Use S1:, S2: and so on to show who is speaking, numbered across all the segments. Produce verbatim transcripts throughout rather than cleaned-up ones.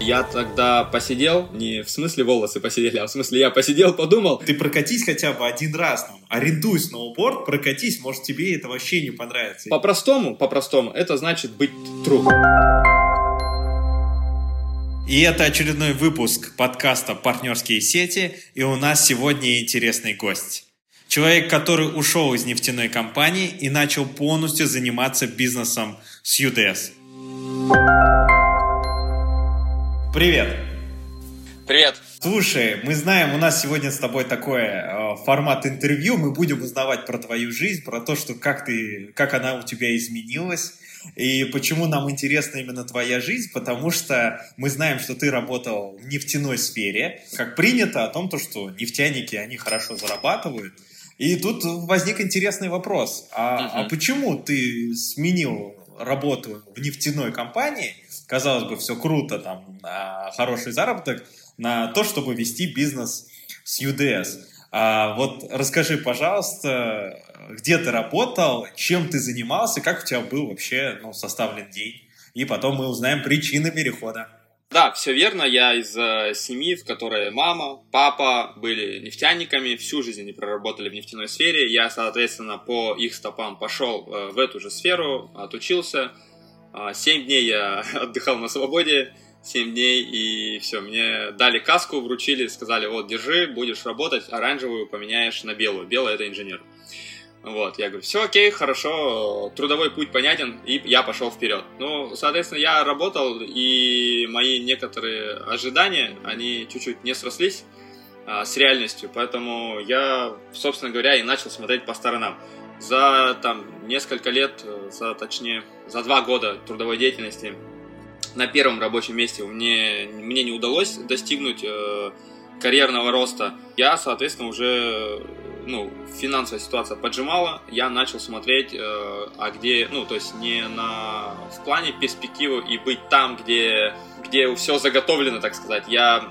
S1: Я тогда посидел, не в смысле волосы посидели, а в смысле я посидел, подумал.
S2: Ты прокатись хотя бы один раз, там, арендуй сноуборд, прокатись, может тебе это вообще не понравится.
S1: По-простому, по-простому, это значит быть true.
S2: И это очередной выпуск подкаста «Партнерские сети», и у нас сегодня интересный гость. Человек, который ушел из нефтяной компании и начал полностью заниматься бизнесом с ю ди эс. Привет!
S1: Привет!
S2: Слушай, мы знаем, у нас сегодня с тобой такой э, формат интервью, мы будем узнавать про твою жизнь, про то, что как ты, как она у тебя изменилась. И почему нам интересна именно твоя жизнь? Потому что мы знаем, что ты работал в нефтяной сфере. Как принято о том, то, что нефтяники, они хорошо зарабатывают. И тут возник интересный вопрос. А, uh-huh. а почему ты сменил работу в нефтяной компании? Казалось бы, все круто, там, хороший заработок, на то, чтобы вести бизнес с ю ди эс. А вот расскажи, пожалуйста, где ты работал, чем ты занимался, как у тебя был вообще ну, составлен день, и потом мы узнаем причины перехода.
S1: Да, все верно, я из э, семьи, в которой мама, папа были нефтяниками, всю жизнь они проработали в нефтяной сфере, я, соответственно, по их стопам пошел э, в эту же сферу, отучился, э, семь дней я отдыхал на свободе, семь дней, и все, мне дали каску, вручили, сказали, вот, держи, будешь работать, оранжевую поменяешь на белую, белая — это инженер. Вот, я говорю, все окей, хорошо, трудовой путь понятен, и я пошел вперед. Ну, соответственно, я работал, и мои некоторые ожидания, они чуть-чуть не срослись а, с реальностью, поэтому я, собственно говоря, и начал смотреть по сторонам. За там несколько лет, за, точнее, за два года трудовой деятельности на первом рабочем месте мне, мне не удалось достигнуть э, карьерного роста. Я, соответственно, уже, ну, финансовая ситуация поджимала, я начал смотреть, э, а где, ну, то есть не на, в плане перспективы и быть там, где, где все заготовлено, так сказать. Я,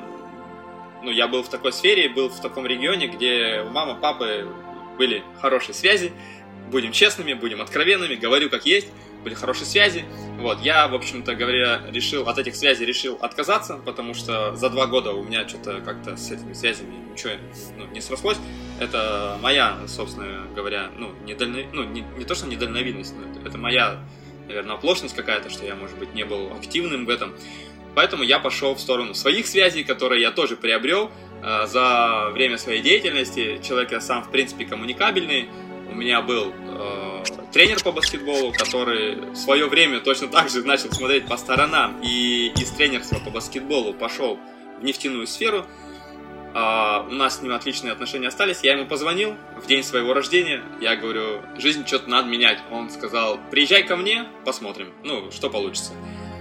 S1: ну, я был в такой сфере, был в таком регионе, где у мамы, папы были хорошие связи, будем честными, будем откровенными, говорю как есть. Были хорошие связи. Вот, я, в общем-то говоря, решил, от этих связей решил отказаться, потому что за два года у меня что-то как-то с этими связями ничего ну, не срослось. Это моя, собственно говоря, ну, недально... ну не, не то, что недальновидность, но это, это моя, наверное, оплошность какая-то, что я, может быть, не был активным в этом. Поэтому я пошел в сторону своих связей, которые я тоже приобрел э, за время своей деятельности. Человек я сам, в принципе, коммуникабельный. У меня был э, тренер по баскетболу, который в свое время точно так же начал смотреть по сторонам и из тренерства по баскетболу пошел в нефтяную сферу. Э, у нас с ним отличные отношения остались. Я ему позвонил в день своего рождения. Я говорю, жизнь что-то надо менять. Он сказал, приезжай ко мне, посмотрим, ну, что получится.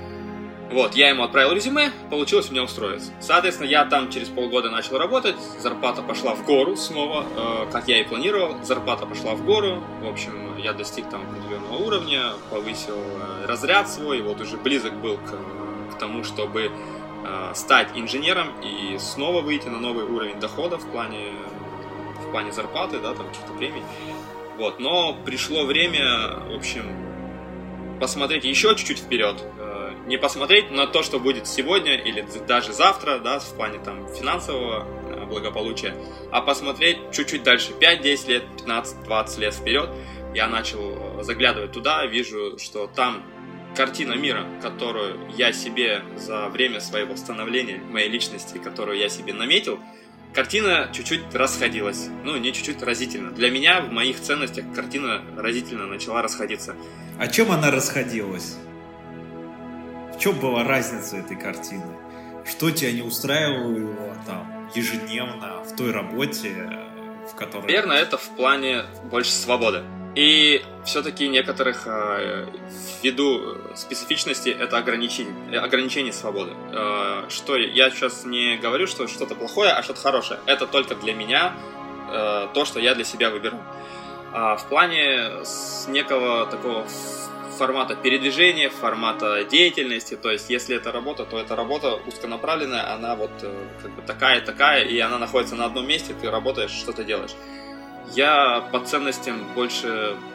S1: Вот, я ему отправил резюме, получилось у меня устроиться. Соответственно, я там через полгода начал работать, зарплата пошла в гору снова, э, как я и планировал, зарплата пошла в гору, в общем, я достиг там определенного уровня, повысил э, разряд свой, вот уже близок был к, к тому, чтобы э, стать инженером и снова выйти на новый уровень дохода в плане, в плане зарплаты, да, там каких-то премий. Вот, но пришло время, в общем, посмотреть еще чуть-чуть вперед. Не посмотреть на то, что будет сегодня или даже завтра, да, в плане там финансового благополучия, а посмотреть чуть-чуть дальше, пять-десять лет, пятнадцать-двадцать лет вперед. Я начал заглядывать туда, вижу, что там картина мира, которую я себе за время своего становления, моей личности, которую я себе наметил, картина чуть-чуть расходилась. Ну, не чуть-чуть, разительно. Для меня, в моих ценностях, картина разительно начала расходиться.
S2: А чем она расходилась? В чем была разница этой картины? Что тебя не устраивало там ежедневно в той работе, в которой...
S1: Наверное, это в плане больше свободы. И все-таки некоторых, ввиду специфичности, это ограничение, ограничение свободы. Что я сейчас не говорю, что что-то плохое, а что-то хорошее. Это только для меня то, что я для себя выберу. А в плане некого такого формата передвижения, формата деятельности, то есть если это работа, то это работа узконаправленная, она вот как бы такая-такая, и она находится на одном месте, ты работаешь, что-то делаешь. Я по ценностям больше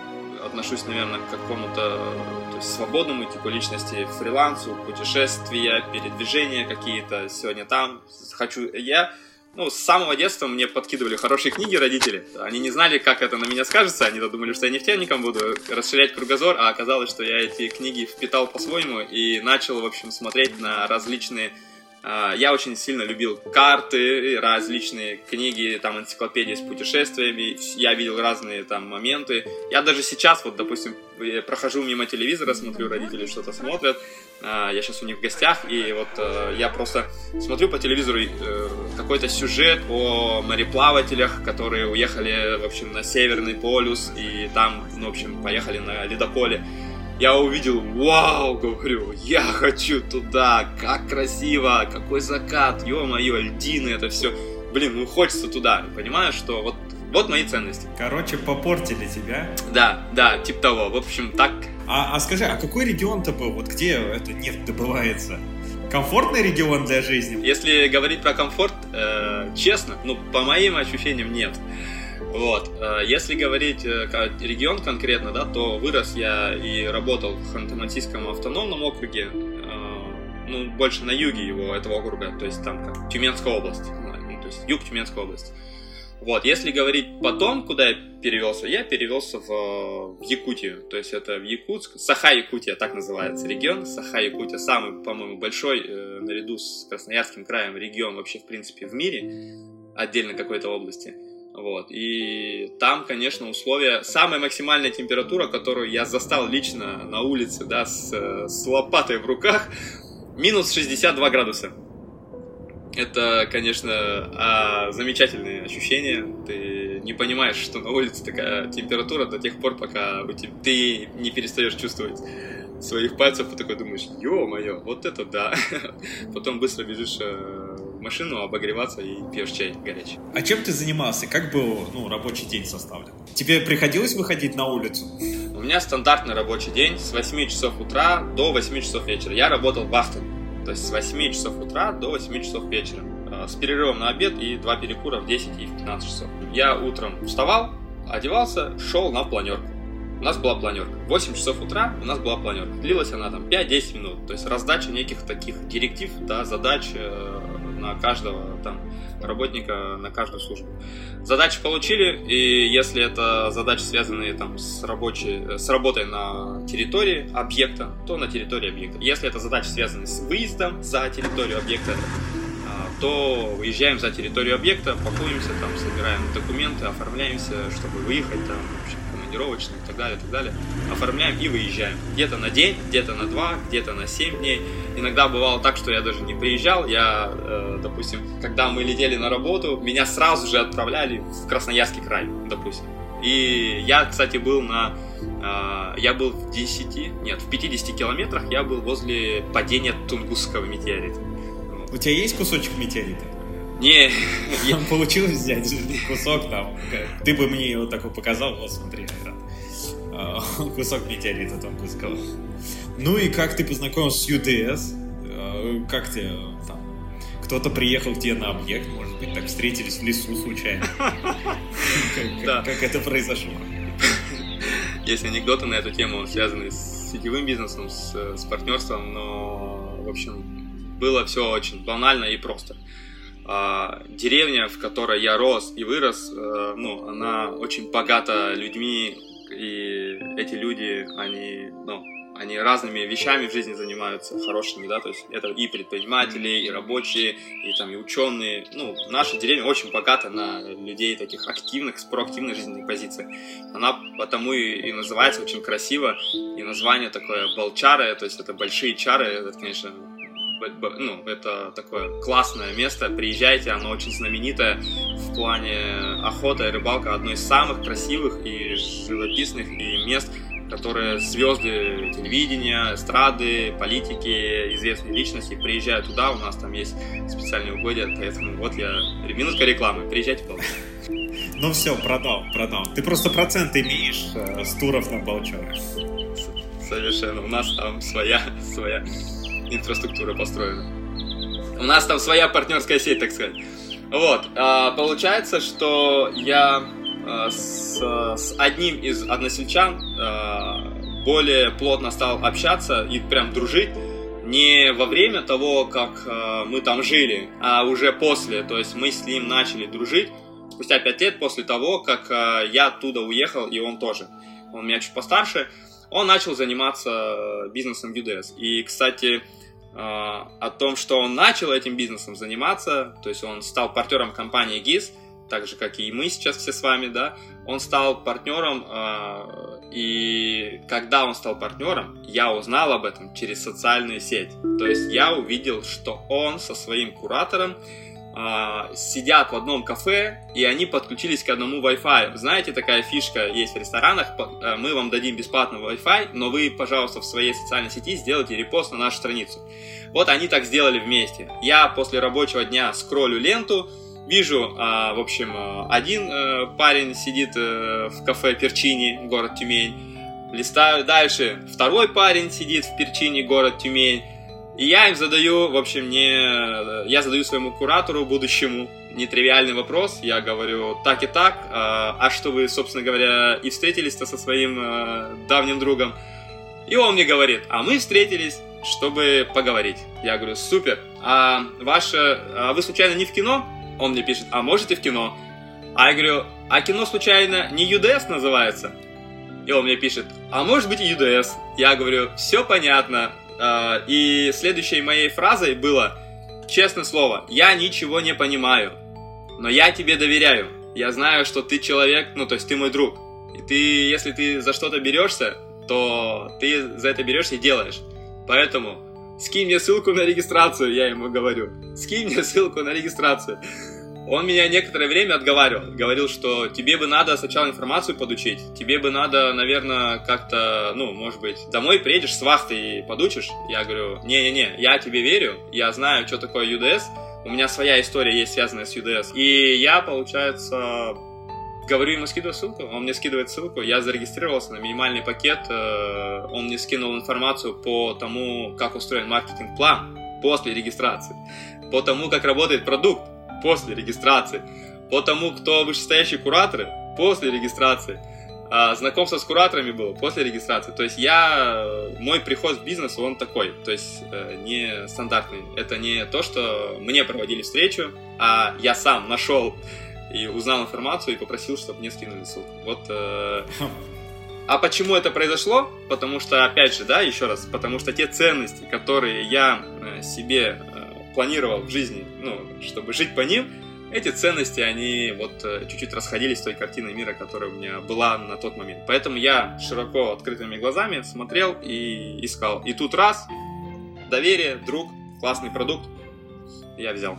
S1: отношусь, наверное, к какому-то то есть, свободному типу личности, фрилансу, путешествия, передвижения какие-то, сегодня там. Хочу я... Ну, с самого детства мне подкидывали хорошие книги родители. Они не знали, как это на меня скажется. Они думали, что я нефтяником буду расширять кругозор, а оказалось, что я эти книги впитал по-своему и начал, в общем, смотреть на различные... Я очень сильно любил карты, различные книги, там, энциклопедии с путешествиями. Я видел разные там моменты. Я даже сейчас, вот, допустим, прохожу мимо телевизора, смотрю, родители что-то смотрят. Я сейчас у них в гостях, и вот я просто смотрю по телевизору какой-то сюжет о мореплавателях, которые уехали, в общем, на Северный полюс, и там, ну, в общем, поехали на ледоколе. Я увидел, вау, говорю, я хочу туда, как красиво, какой закат, ё-моё, льдины, это все. Блин, ну хочется туда, понимаешь, что вот, вот мои ценности.
S2: Короче, попортили тебя.
S1: Да, да, типа того, в общем, так.
S2: А, а скажи, а какой регион-то был, вот где эта нефть добывается? Комфортный регион для жизни?
S1: Если говорить про комфорт, э, честно, ну, по моим ощущениям, нет. Вот. Если говорить регион конкретно, да, то вырос я и работал в Ханты-Мансийском автономном округе, ну, больше на юге его, этого округа, то есть там как Тюменская область, ну, то есть юг Тюменской области. Вот. Если говорить потом, куда я перевелся, я перевелся в, в Якутию, то есть это в Якутск, Саха-Якутия, так называется регион, Саха-Якутия, самый, по-моему, большой, э, наряду с Красноярским краем, регион вообще, в принципе, в мире, отдельно какой-то области. Вот, и там, конечно, условия, самая максимальная температура, которую я застал лично на улице, да, с, с лопатой в руках, минус шестьдесят два градуса. Это, конечно, замечательные ощущения. Ты не понимаешь, что на улице такая температура до тех пор, пока ты не перестаешь чувствовать своих пальцев, и такой думаешь, ё-моё, вот это да. Потом быстро бежишь в машину обогреваться и пьешь чай горячий.
S2: А чем ты занимался? Как был, ну, рабочий день составлен? Тебе приходилось выходить на улицу?
S1: У меня стандартный рабочий день с восьми часов утра до восьми часов вечера. Я работал вахтом, то есть с восьми часов утра до восьми часов вечера. С перерывом на обед и два перекура в десять и в пятнадцать часов. Я утром вставал, одевался, шел на планерку. У нас была планерка. В восемь часов утра у нас была планерка. Длилась она там пять-десять минут. То есть раздача неких таких директив, да, задач э, на каждого там работника, на каждую службу. Задачи получили, и если это задачи, связанные там с, рабочей, с работой на территории объекта, то на территории объекта. Если это задачи, связанные с выездом за территорию объекта, то выезжаем за территорию объекта, пакуемся, там, собираем документы, оформляемся, чтобы выехать, там, вообще, командировочные и так далее, и так далее. Оформляем и выезжаем. Где-то на день, где-то на два, где-то на семь дней. Иногда бывало так, что я даже не приезжал. Я, э, допустим, когда мы летели на работу, меня сразу же отправляли в Красноярский край, допустим. И я, кстати, был на... Э, я был в десяти, нет, в пятидесяти километрах я был возле падения Тунгусского метеорита.
S2: У тебя есть кусочек метеорита?
S1: Не.
S2: Получилось взять кусок там. Ты бы мне его такой показал, вот смотри, кусок метеорита Тунгусского. Ну и как ты познакомился с ю ди эс? Как тебе там? Кто-то приехал к тебе на объект, может быть, так встретились в лесу случайно. Как это произошло?
S1: Есть анекдоты на эту тему, связанные с сетевым бизнесом, с партнерством, но, в общем, было все очень банально и просто. А, деревня, в которой я рос и вырос, а, ну, она очень богата людьми, и эти люди, они, ну, они разными вещами в жизни занимаются, хорошими, да, то есть это и предприниматели, и рабочие, и там, и ученые. Ну, наша деревня очень богата на людей таких активных, с проактивной жизненной позиции. Она потому и, и называется очень красиво, и название такое Балчары, то есть это большие чары, это, конечно, ну, это такое классное место, приезжайте, оно очень знаменитое в плане охота и рыбалка, одно из самых красивых и живописных и мест, которые звезды телевидения, эстрады, политики, известные личности приезжают туда, у нас там есть специальные угодья, поэтому вот я, минутка рекламы, приезжайте, пожалуйста.
S2: Ну все, продал, продал. Ты просто процент имеешь э, с туров на Балчары.
S1: Совершенно, у нас там своя, своя инфраструктура построена. У нас там своя партнерская сеть, так сказать. Вот, а, получается, что я э, с, с одним из односельчан э, более плотно стал общаться и прям дружить не во время того, как э, мы там жили, а уже после. То есть мы с ним начали дружить спустя пять лет после того, как э, я оттуда уехал, и он тоже. Он меня чуть постарше. Он начал заниматься бизнесом ю ди эс. И, кстати, о том, что он начал этим бизнесом заниматься, то есть он стал партнером компании гис, так же, как и мы сейчас все с вами, да, он стал партнером, и когда он стал партнером, я узнал об этом через социальные сети. То есть я увидел, что он со своим куратором сидят в одном кафе, и они подключились к одному Wi-Fi. Знаете, такая фишка есть в ресторанах, мы вам дадим бесплатно Wi-Fi, но вы, пожалуйста, в своей социальной сети сделайте репост на нашу страницу. Вот они так сделали вместе. Я после рабочего дня скроллю ленту, вижу, в общем, один парень сидит в кафе Перчини, город Тюмень, листаю дальше, второй парень сидит в Перчини, город Тюмень. И я им задаю, в общем, не... я задаю своему куратору будущему нетривиальный вопрос. Я говорю, так и так, а что вы, собственно говоря, и встретились-то со своим давним другом? И он мне говорит, а мы встретились, чтобы поговорить. Я говорю, супер, а ваше... а вы случайно не в кино? Он мне пишет, а можете в кино? А я говорю, а кино случайно не ю ди эс называется? И он мне пишет, а может быть и ю ди эс? Я говорю, все понятно. И следующей моей фразой было, честное слово, я ничего не понимаю, но я тебе доверяю. Я знаю, что ты человек, ну то есть ты мой друг. И ты, если ты за что-то берешься, то ты за это берешься и делаешь. Поэтому скинь мне ссылку на регистрацию, я ему говорю. Скинь мне ссылку на регистрацию. Он меня некоторое время отговаривал. Говорил, что тебе бы надо сначала информацию подучить. Тебе бы надо, наверное, как-то, ну, может быть, домой приедешь с вахтой и подучишь. Я говорю, не-не-не, я тебе верю. Я знаю, что такое ю ди эс. У меня своя история есть, связанная с ю ди эс. И я, получается, говорю ему, скидываю ссылку. Он мне скидывает ссылку. Я зарегистрировался на минимальный пакет. Он мне скинул информацию по тому, как устроен маркетинг-план после регистрации. По тому, как работает продукт после регистрации, по тому, кто вышестоящие кураторы после регистрации, а, знакомство с кураторами было после регистрации. То есть я, мой приход в бизнес, он такой, то есть э, не стандартный. Это не то, что мне проводили встречу, а я сам нашел и узнал информацию и попросил, чтобы мне скинули ссылку. Вот. Э, а почему это произошло? Потому что, опять же, да, еще раз, потому что те ценности, которые я э, себе планировал в жизни, ну, чтобы жить по ним, эти ценности, они вот чуть-чуть расходились с той картиной мира, которая у меня была на тот момент. Поэтому я широко открытыми глазами смотрел и искал. И тут раз, доверие, друг, классный продукт, я взял.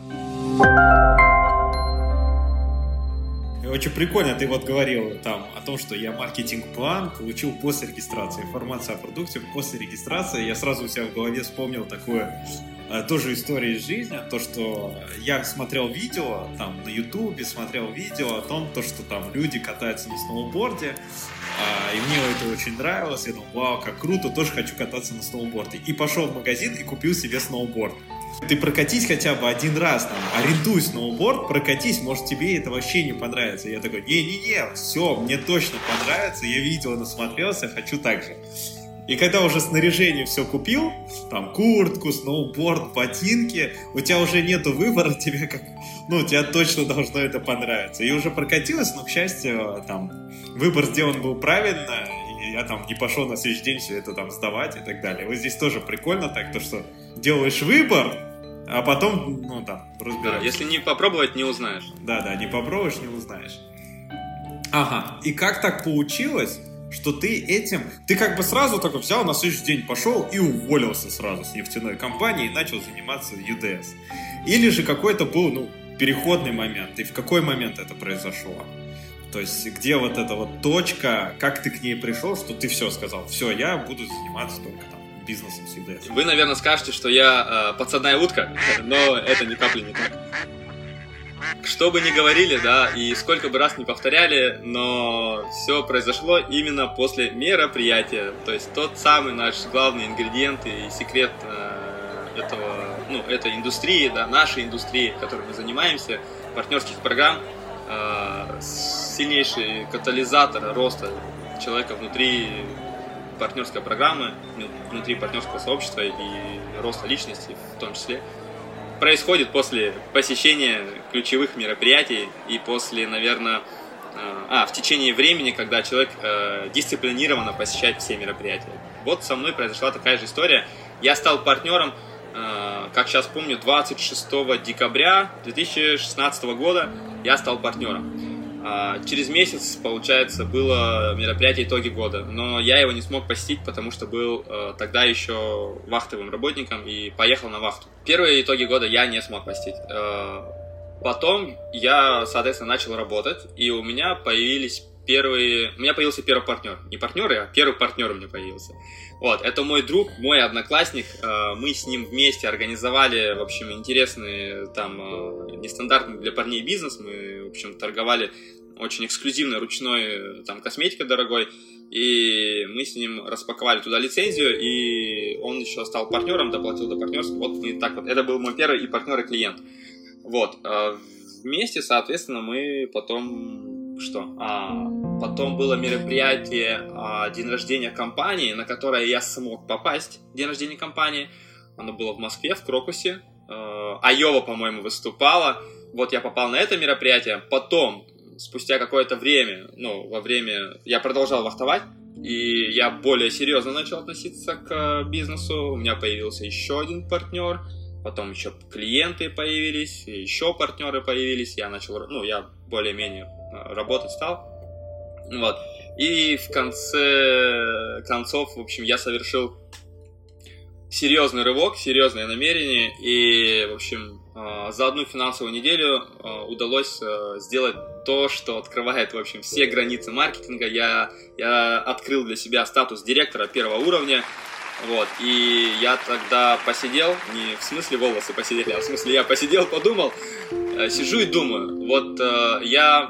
S2: Очень прикольно, ты вот говорил там о том, что я маркетинг-план получил после регистрации, информация о продукте после регистрации. Я сразу у себя в голове вспомнил такую тоже историю из жизни, то, что я смотрел видео там на ютубе, смотрел видео о том, то, что там люди катаются на сноуборде, и мне это очень нравилось. Я думал, вау, как круто, тоже хочу кататься на сноуборде. И пошел в магазин и купил себе сноуборд. Ты прокатись хотя бы один раз, там, арендуй сноуборд, прокатись, может тебе это вообще не понравится. Я такой, не-не-не, все, мне точно понравится, я видео насмотрелся, хочу так же. И когда уже снаряжение все купил, там куртку, сноуборд, ботинки, у тебя уже нету выбора, тебе как, ну, тебе точно должно это понравиться. И уже прокатилось, но, к счастью, там, выбор сделан был правильно, и я там не пошел на следующий день все это там сдавать и так далее. Вот здесь тоже прикольно так, то, что делаешь выбор, а потом, ну, там, разбираешься.
S1: Да, если не попробовать, не узнаешь.
S2: Да-да, не попробуешь, не узнаешь. Ага, и как так получилось, что ты этим... Ты как бы сразу такой взял, на следующий день пошел и уволился сразу с нефтяной компании и начал заниматься ю ди эс. Или же какой-то был, ну, переходный момент. И в какой момент это произошло? То есть, где вот эта вот точка, как ты к ней пришел, что ты все сказал, все, я буду заниматься только там бизнесом с ю ди эс.
S1: Вы, наверное, скажете, что я э, подсадная утка, но это ни капли не так. Что бы ни говорили, да, и сколько бы раз ни повторяли, но все произошло именно после мероприятия. То есть тот самый наш главный ингредиент и секрет э, этого, ну, этой индустрии, да, нашей индустрии, которой мы занимаемся, партнерских программ, э, с сильнейший катализатор роста человека внутри партнерской программы, внутри партнерского сообщества и роста личности в том числе, происходит после посещения ключевых мероприятий и после, наверное, а, в течение времени, когда человек э, дисциплинированно посещает все мероприятия. Вот со мной произошла такая же история. Я стал партнером, э, как сейчас помню, двадцать шестого декабря две тысячи шестнадцатого года я стал партнером. А, через месяц, получается, было мероприятие «Итоги года», но я его не смог посетить, потому что был э, тогда еще вахтовым работником и поехал на вахту. Первые итоги года я не смог посетить. Э, Потом я, соответственно, начал работать, и у меня появились первые... У меня появился первый партнер. Не партнеры, а первый партнер у меня появился. Вот, это мой друг, мой одноклассник. Мы с ним вместе организовали, в общем, интересный, там, нестандартный для парней бизнес. Мы, в общем, торговали очень эксклюзивной ручной, там, косметикой дорогой. И мы с ним распаковали туда лицензию, и он еще стал партнером, доплатил до партнерства. Вот мы так вот. Это был мой первый и партнер, и клиент. Вот, вместе, соответственно, мы потом, что, а, потом было мероприятие, а, день рождения компании, на которое я смог попасть, день рождения компании, оно было в Москве, в Крокусе, а, Айова, по-моему, выступала, вот я попал на это мероприятие, потом, спустя какое-то время, ну, во время, я продолжал вахтовать, и я более серьезно начал относиться к бизнесу, у меня появился еще один партнер. Потом еще клиенты появились, еще партнеры появились, я начал, ну, я более-менее работать стал, вот, и в конце концов, в общем, я совершил серьезный рывок, серьезное намерение, и, в общем, за одну финансовую неделю удалось сделать то, что открывает, в общем, все границы маркетинга. Я, я открыл для себя статус директора первого уровня. Вот, и я тогда посидел, не в смысле волосы посидели, а в смысле я посидел, подумал, э, сижу и думаю, вот э, я,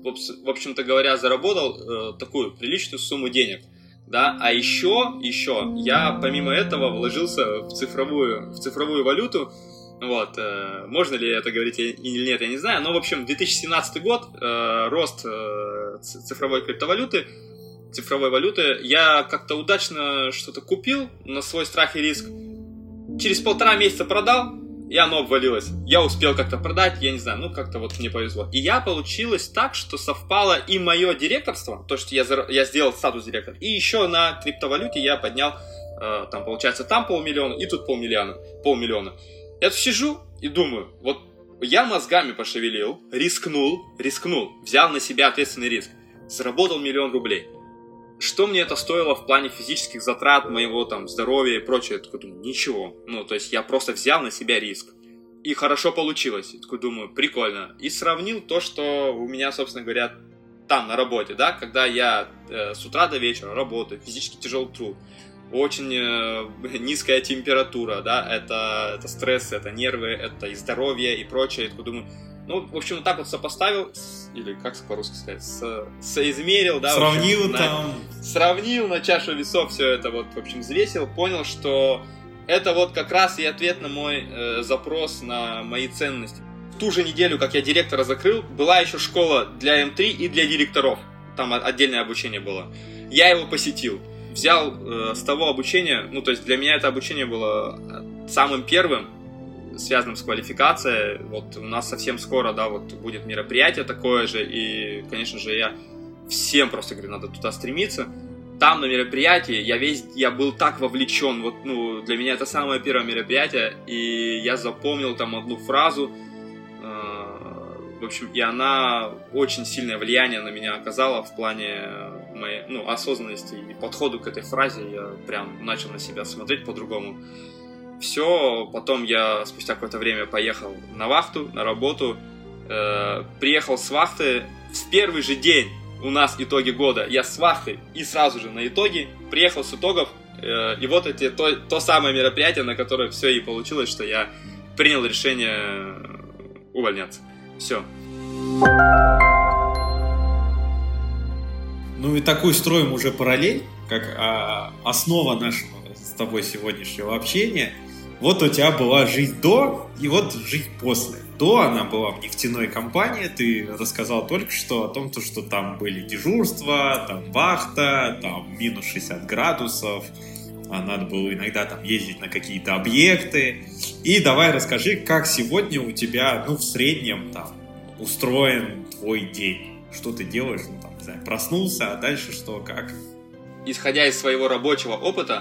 S1: в общем-то говоря, заработал э, такую приличную сумму денег, да, а еще, еще я помимо этого вложился в цифровую, в цифровую валюту, вот, э, можно ли это говорить или нет, я не знаю, но, в общем, две тысячи семнадцатый год, э, рост э, цифровой криптовалюты, цифровой валюты, я как-то удачно что-то купил на свой страх и риск. Через полтора месяца продал, и оно обвалилось. Я успел как-то продать, я не знаю, ну как-то вот мне повезло. И я получилось так, что совпало и мое директорство, то, что я, я сделал статус директора, и еще на криптовалюте я поднял, э, там получается, там полмиллиона, и тут полмиллиона. полмиллиона. Я тут сижу и думаю, вот я мозгами пошевелил, рискнул, рискнул, взял на себя ответственный риск, заработал миллион рублей. Что мне это стоило в плане физических затрат, моего там здоровья и прочее? Я такой думаю, ничего. Ну, то есть я просто взял на себя риск. И хорошо получилось. Я такой думаю, прикольно. И сравнил то, что у меня, собственно говоря, там на работе, да, когда я э, с утра до вечера работаю, физически тяжелый труд, очень э, низкая температура, да, это, это стресс, это нервы, это и здоровье и прочее. Я такой думаю, ну, в общем, вот так вот сопоставил, или как по-русски сказать, со, соизмерил, да,
S2: сравнил
S1: общем,
S2: там,
S1: на, сравнил на чашу весов все это вот, в общем, взвесил, понял, что это вот как раз и ответ на мой э, запрос на мои ценности. В ту же неделю, как я директора закрыл, была еще школа для эм три и для директоров, там отдельное обучение было. Я его посетил, взял э, с того обучения, ну, то есть для меня это обучение было самым первым, связанным с квалификацией. Вот у нас совсем скоро, да, вот будет мероприятие такое же, и, конечно же, я всем просто говорю, надо туда стремиться. Там на мероприятии я весь, я был так вовлечен, вот, ну, для меня это самое первое мероприятие, и я запомнил там одну фразу, э, в общем, и она очень сильное влияние на меня оказала в плане моей, ну, осознанности и подходу к этой фразе. Я прям начал на себя смотреть по-другому. Все, потом я спустя какое-то время поехал на вахту, на работу, э, приехал с вахты, в первый же день у нас итоги года, я с вахты и сразу же на итоги, приехал с итогов, э, и вот эти, то, то самое мероприятие, на которое все и получилось, что я принял решение увольняться. Все.
S2: Ну и такую строим уже параллель, как а, основа нашего с тобой сегодняшнего общения. вот у тебя была жизнь до, и вот жизнь после. До она была в нефтяной компании, ты рассказал только что о том, что там были дежурства, там вахта, там минус шестьдесят градусов, а надо было иногда там ездить на какие-то объекты. И давай расскажи, как сегодня у тебя, ну, в среднем там устроен твой день. Что ты делаешь, ну, там, не знаю, проснулся, а дальше что, как?
S1: Исходя из своего рабочего опыта,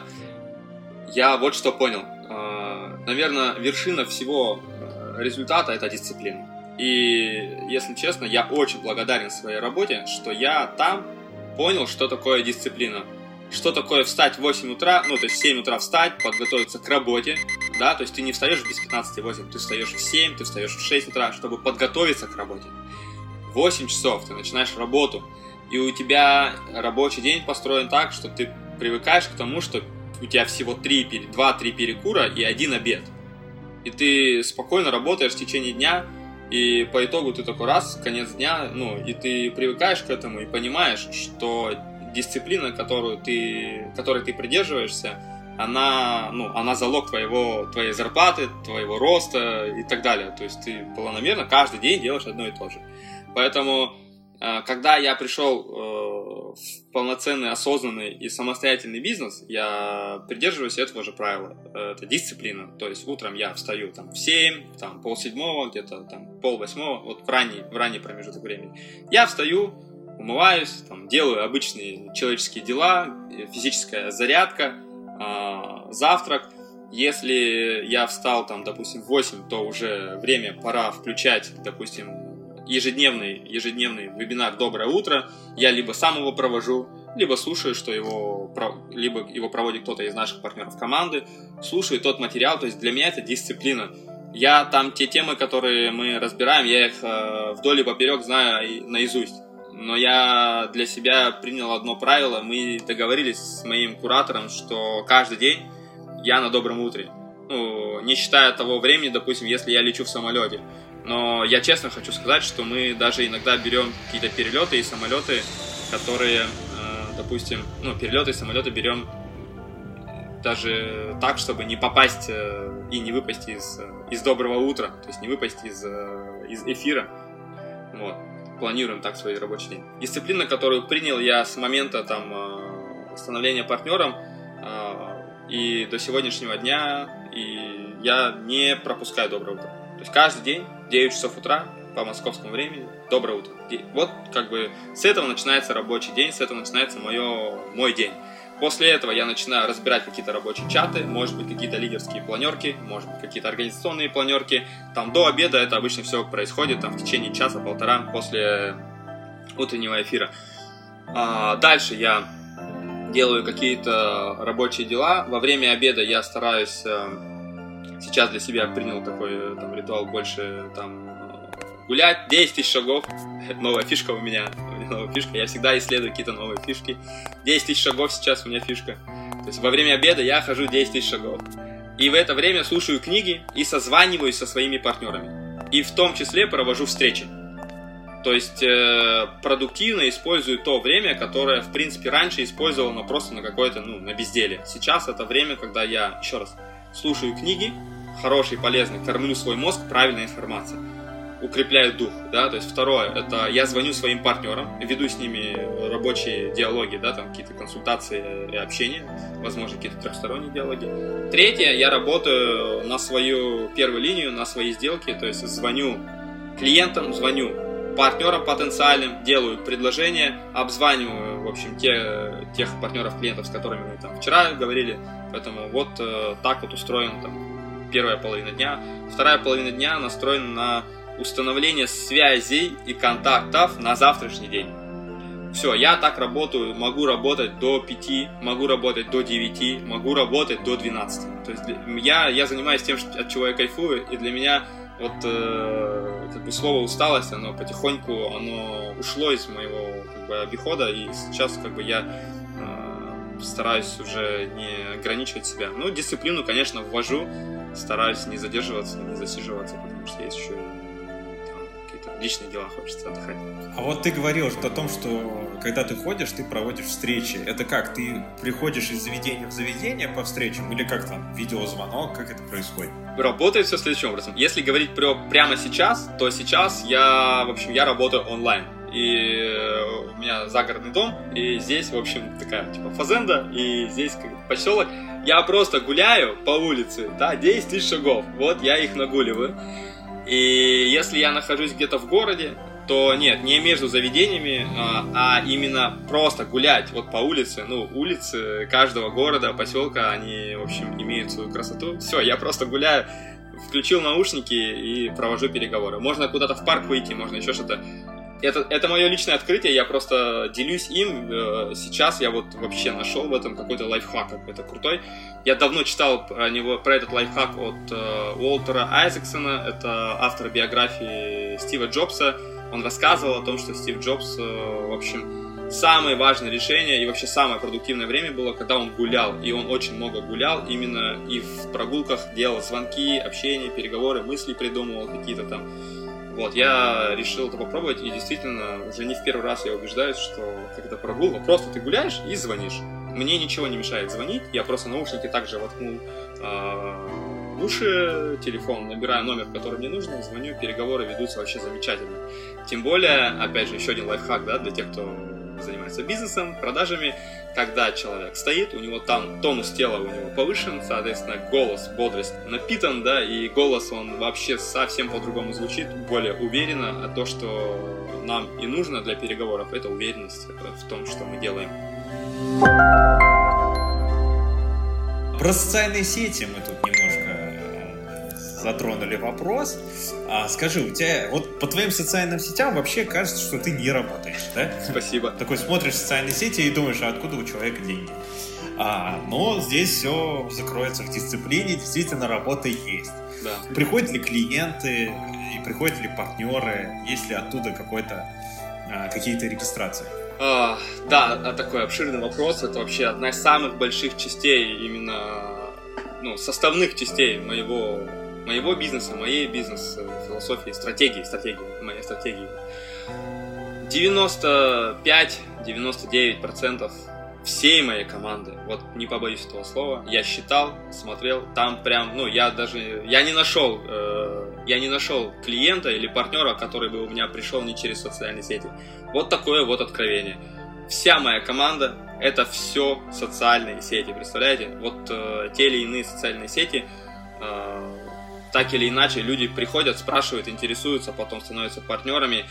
S1: я вот что понял. Наверное, вершина всего результата – это дисциплина. И, если честно, я очень благодарен своей работе, что я там понял, что такое дисциплина. Что такое встать в восемь утра, ну, то есть в семь утра встать, подготовиться к работе, да, то есть ты не встаешь без пятнадцати восемь, ты встаешь в семь, ты встаешь в шесть утра, чтобы подготовиться к работе. В восемь часов ты начинаешь работу, и у тебя рабочий день построен так, что ты привыкаешь к тому, что у тебя всего два-три перекура и один обед. И ты спокойно работаешь в течение дня, и по итогу ты такой раз, конец дня, ну, и ты привыкаешь к этому и понимаешь, что дисциплина, которую ты, которой ты придерживаешься, она, ну, она залог твоего, твоей зарплаты, твоего роста и так далее. То есть ты планомерно каждый день делаешь одно и то же. Поэтому, когда я пришел в полноценный, осознанный и самостоятельный бизнес, я придерживаюсь этого же правила. Это дисциплина. То есть утром я встаю там, в семь, там, полседьмого, где-то там, полвосьмого, вот в ранний, в ранний промежуток времени. Я встаю, умываюсь, там, делаю обычные человеческие дела, физическая зарядка, э, завтрак. Если я встал, там, допустим, в восемь, то уже время пора включать, допустим, ежедневный, ежедневный вебинар «Доброе утро». Я либо сам его провожу, либо слушаю, что его, либо его проводит кто-то из наших партнеров команды, слушаю тот материал. То есть для меня это дисциплина. Я там те темы, которые мы разбираем, я их э, вдоль и поперек знаю наизусть. Но я для себя принял одно правило. Мы договорились с моим куратором, что каждый день я на добром утре. Ну, не считая того времени, допустим, если я лечу в самолете. Но я честно хочу сказать, что мы даже иногда берем какие-то перелеты и самолеты, которые, э, допустим, ну, перелеты и самолеты берем даже так, чтобы не попасть э, и не выпасть из, из доброго утра, то есть не выпасть из, э, из эфира. Вот. Планируем так свой рабочий день. Дисциплина, которую принял я с момента там, э, становления партнером э, и до сегодняшнего дня, и я не пропускаю доброе утро. То есть каждый день, девять часов утра по московскому времени, доброе утро. Вот как бы с этого начинается рабочий день, с этого начинается мое, мой день. После этого я начинаю разбирать какие-то рабочие чаты, может быть, какие-то лидерские планерки, может быть, какие-то организационные планерки. Там до обеда это обычно все происходит, там в течение часа-полтора после утреннего эфира. А дальше я делаю какие-то рабочие дела. Во время обеда я стараюсь... Сейчас для себя принял такой там, ритуал больше там, гулять, десять тысяч шагов. Новая фишка у меня. Новая фишка. Я всегда исследую какие-то новые фишки. десять тысяч шагов сейчас у меня фишка. То есть во время обеда я хожу десять тысяч шагов. И в это время слушаю книги и созваниваюсь со своими партнерами. И в том числе провожу встречи. То есть э, продуктивно использую то время, которое, в принципе, раньше использовал, но просто на какое-то, ну, на безделье. Сейчас это время, когда я, еще раз, слушаю книги, хорошие, полезные, кормлю свой мозг правильной информацией, укрепляю дух, да, то есть второе, это я звоню своим партнерам, веду с ними рабочие диалоги, да, там какие-то консультации и общение, возможно, какие-то трехсторонние диалоги. Третье, я работаю на свою первую линию, на свои сделки, то есть звоню клиентам, звоню партнерам потенциальным, делаю предложения, обзваниваю, в общем, те, тех партнеров, клиентов, с которыми мы там вчера говорили. Поэтому вот э, так вот устроена там первая половина дня. Вторая половина дня настроена на установление связей и контактов на завтрашний день. Все, я так работаю, могу работать до пяти, могу работать до девяти, могу работать до двенадцати. То есть я, я занимаюсь тем, от чего я кайфую, и для меня вот э, как бы слово усталость, оно потихоньку оно ушло из моего как бы, обихода, и сейчас как бы я э, стараюсь уже не ограничивать себя. Ну, дисциплину, конечно, ввожу, стараюсь не задерживаться, не засиживаться, потому что есть еще там, какие-то личные дела, хочется отдыхать.
S2: А вот ты говорил о том, что когда ты ходишь, ты проводишь встречи. Это как? Ты приходишь из заведения в заведение по встречам или как там, видеозвонок, как это происходит?
S1: Работает все следующим образом. Если говорить про прямо сейчас, то сейчас я, в общем, я работаю онлайн. И у меня загородный дом, и здесь, в общем, такая, типа, фазенда, и здесь как поселок. Я просто гуляю по улице, да, десять тысяч шагов, вот я их нагуливаю. И если я нахожусь где-то в городе, то нет, не между заведениями, а, а именно просто гулять вот по улице. Ну, улицы каждого города, поселка, они, в общем, имеют свою красоту. Все, я просто гуляю, включил наушники и провожу переговоры. Можно куда-то в парк выйти, можно еще что-то. Это, это мое личное открытие, я просто делюсь им. Сейчас я вот вообще нашел в этом какой-то лайфхак какой-то крутой. Я давно читал про него, про этот лайфхак от Уолтера Айзексона, это автор биографии Стива Джобса. Он рассказывал о том, что Стив Джобс, в общем, самое важное решение и вообще самое продуктивное время было, когда он гулял. И он очень много гулял, именно и в прогулках делал звонки, общение, переговоры, мысли придумывал какие-то там. Вот, я решил это попробовать, и действительно, уже не в первый раз я убеждаюсь, что когда прогулка, просто ты гуляешь и звонишь. Мне ничего не мешает звонить, я просто наушники также воткнул э, в уши, телефон, набираю номер, который мне нужен, звоню, переговоры ведутся вообще замечательно. Тем более, опять же, еще один лайфхак, да, для тех, кто занимается бизнесом, продажами. Когда человек стоит, у него там тонус тела у него повышен, соответственно, голос, бодрость напитан, да, и голос он вообще совсем по-другому звучит, более уверенно, а то, что нам и нужно для переговоров, это уверенность в том, что мы делаем.
S2: Про социальные сети мы тут немножко затронули вопрос. А скажи, у тебя вот по твоим социальным сетям вообще кажется, что ты не работаешь, да?
S1: Спасибо.
S2: Такой смотришь социальные сети и думаешь, а откуда у человека деньги? А, но здесь все закроется в дисциплине, действительно работа есть.
S1: Да.
S2: Приходят ли клиенты, и приходят ли партнеры, есть ли оттуда какой-то, а, какие-то регистрации?
S1: А, да, такой обширный вопрос. Это вообще одна из самых больших частей, именно ну, составных частей моего моего бизнеса, моей бизнес-философии, стратегии, стратегии, моей стратегии. девяносто пять - девяносто девять процентов всей моей команды, вот не побоюсь этого слова, я считал, смотрел, там прям, ну, я даже, я не нашел, э, я не нашел клиента или партнера, который бы у меня пришел не через социальные сети. Вот такое вот откровение. Вся моя команда — это все социальные сети, представляете? Вот э, те или иные социальные сети, э, так или иначе, люди приходят, спрашивают, интересуются, потом становятся партнерами.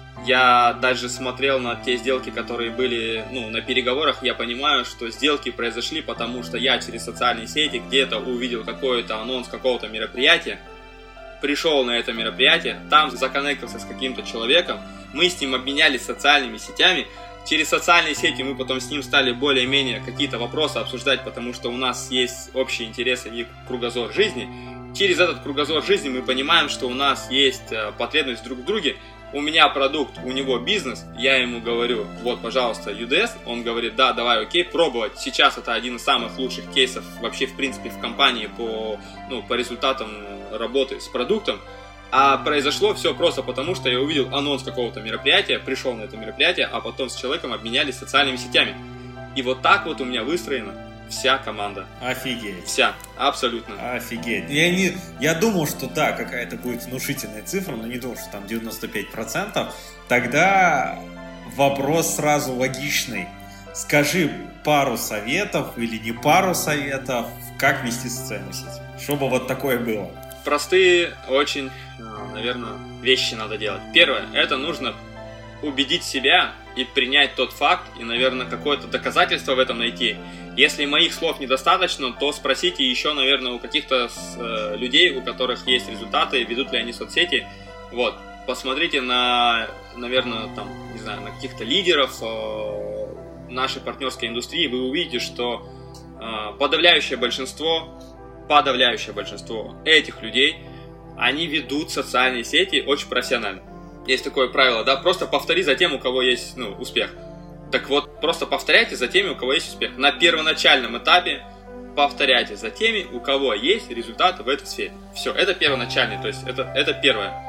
S1: Я даже смотрел на те сделки, которые были ну, на переговорах, я понимаю, что сделки произошли, потому что я через социальные сети где-то увидел какой-то анонс какого-то мероприятия, пришел на это мероприятие, там законнектился с каким-то человеком, мы с ним обменялись социальными сетями, через социальные сети мы потом с ним стали более-менее какие-то вопросы обсуждать, потому что у нас есть общие интересы и кругозор жизни. Через этот кругозор жизни мы понимаем, что у нас есть потребность друг в друге. У меня продукт, у него бизнес, я ему говорю, вот, пожалуйста, ю ди эс, он говорит, да, давай, окей, пробовать. Сейчас это один из самых лучших кейсов вообще, в принципе, в компании по, ну, по результатам работы с продуктом. А произошло все просто потому, что я увидел анонс какого-то мероприятия, пришел на это мероприятие, а потом с человеком обменялись социальными сетями. И вот так вот у меня выстроена вся команда.
S2: Офигеть.
S1: Вся, абсолютно.
S2: Офигеть. Я, не, я думал, что да, какая-то будет внушительная цифра, но не думал, что там девяносто пять процентов. Тогда вопрос сразу логичный. Скажи пару советов или не пару советов, как вести социальную сеть, чтобы вот такое было.
S1: Простые очень, наверное, вещи надо делать. Первое, это нужно убедить себя и принять тот факт, и, наверное, какое-то доказательство в этом найти. Если моих слов недостаточно, то спросите еще, наверное, у каких-то э, людей, у которых есть результаты, ведут ли они соцсети. Вот, посмотрите на, наверное, там, не знаю, на каких-то лидеров э, нашей партнерской индустрии, вы увидите, что э, подавляющее большинство, подавляющее большинство этих людей, они ведут социальные сети очень профессионально. Есть такое правило, да, просто повтори за тем, у кого есть, ну, успех. Так вот, просто повторяйте за теми, у кого есть успех. На первоначальном этапе повторяйте за теми, у кого есть результаты в этой сфере. Все, это первоначальный, то есть это, это первое.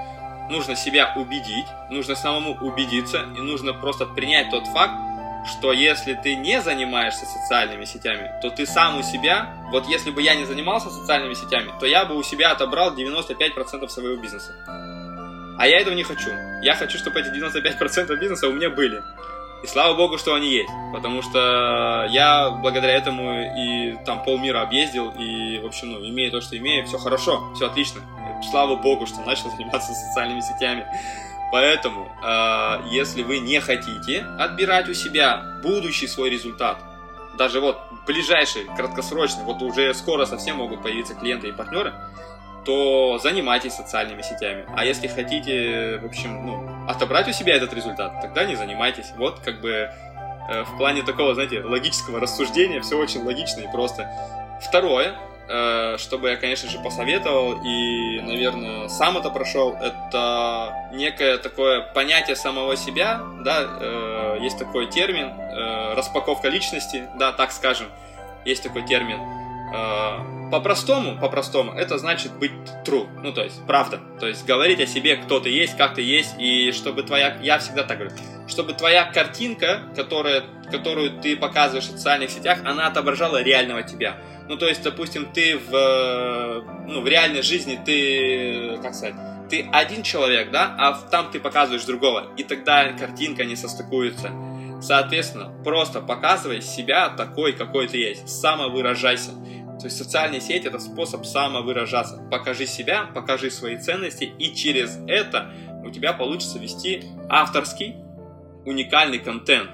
S1: нужно себя убедить, нужно самому убедиться, и нужно просто принять тот факт, что если ты не занимаешься социальными сетями, то ты сам у себя, вот если бы я не занимался социальными сетями, то я бы у себя отобрал девяносто пять процентов своего бизнеса. А я этого не хочу. Я хочу, чтобы эти девяносто пять процентов бизнеса у меня были. И слава богу, что они есть, потому что я благодаря этому и там полмира объездил, и, в общем, ну, имея то, что имею, все хорошо, все отлично. Слава богу, что начал заниматься социальными сетями. Поэтому, э, если вы не хотите отбирать у себя будущий свой результат, даже вот ближайший, краткосрочный, вот уже скоро совсем могут появиться клиенты и партнеры, то занимайтесь социальными сетями. А если хотите, в общем, ну, отобрать у себя этот результат, тогда не занимайтесь. Вот как бы э, в плане такого, знаете, логического рассуждения все очень логично и просто. Второе, э, что бы я, конечно же, посоветовал и, наверное, сам это прошел, это некое такое понятие самого себя, да, э, есть такой термин, э, распаковка личности, да, так скажем, есть такой термин. По-простому, по-простому, это значит быть true, ну, то есть, правда, то есть, говорить о себе, кто ты есть, как ты есть, и чтобы твоя, я всегда так говорю, чтобы твоя картинка, которая, которую ты показываешь в социальных сетях, она отображала реального тебя. Ну, то есть, допустим, ты в, ну, в реальной жизни, ты, как сказать, ты один человек, да, а там ты показываешь другого, и тогда картинка не состыкуется. Соответственно, просто показывай себя такой, какой ты есть, самовыражайся. То есть социальные сети – это способ самовыражаться. Покажи себя, покажи свои ценности, и через это у тебя получится вести авторский, уникальный контент.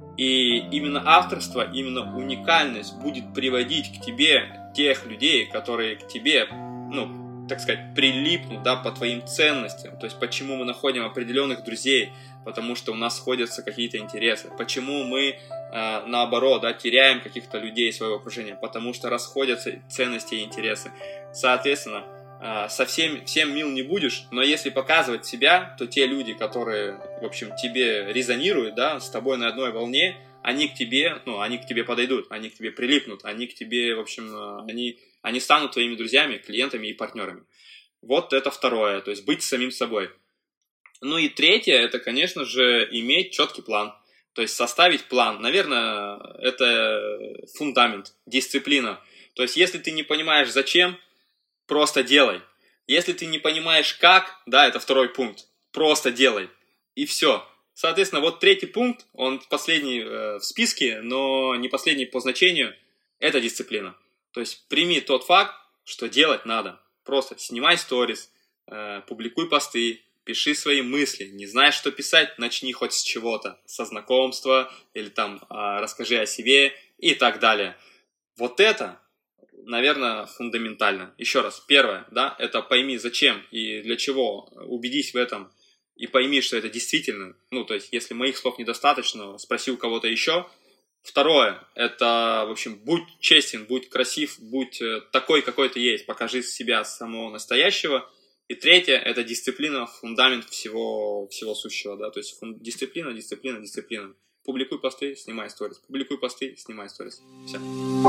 S1: И именно авторство, именно уникальность будет приводить к тебе тех людей, которые к тебе, ну, так сказать, прилипнут, да, по твоим ценностям. То есть почему мы находим определенных друзей, потому что у нас сходятся какие-то интересы. Почему мы, э, наоборот, да, теряем каких-то людей своего окружения, потому что расходятся ценности и интересы. Соответственно, э, совсем всем мил не будешь, но если показывать себя, то те люди, которые, в общем, тебе резонируют, да, с тобой на одной волне, они к тебе, ну, они к тебе подойдут, они к тебе прилипнут, они к тебе, в общем, они, они станут твоими друзьями, клиентами и партнерами. Вот это второе, то есть быть самим собой. Ну и третье, это, конечно же, иметь четкий план. То есть составить план. Наверное, это фундамент, дисциплина. То есть если ты не понимаешь зачем, просто делай. Если ты не понимаешь как, да, это второй пункт, просто делай. И все. Соответственно, вот третий пункт, он последний э, в списке, но не последний по значению, это дисциплина. То есть прими тот факт, что делать надо. Просто снимай сторис, э, публикуй посты, пиши свои мысли. Не знаешь, что писать, начни хоть с чего-то. Со знакомства или там э, расскажи о себе и так далее. Вот это, наверное, фундаментально. Еще раз, первое, да, это пойми зачем и для чего, убедись в этом и пойми, что это действительно, ну, то есть, если моих слов недостаточно, спроси у кого-то еще. Второе, это, в общем, будь честен, будь красив, будь такой, какой ты есть, покажи себя самого настоящего. И третье, это дисциплина, фундамент всего, всего сущего, да, то есть фун... дисциплина, дисциплина, дисциплина. Публикуй посты, снимай сторис, публикуй посты, снимай сторис. Все.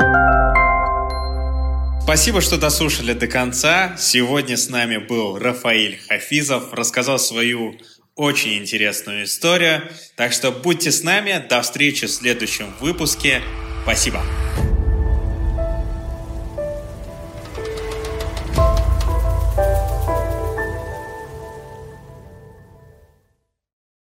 S2: Спасибо, что дослушали до конца. Сегодня с нами был Рафаиль Хафизов, рассказал свою очень интересную историю. Так что будьте с нами. До встречи в следующем выпуске. Спасибо.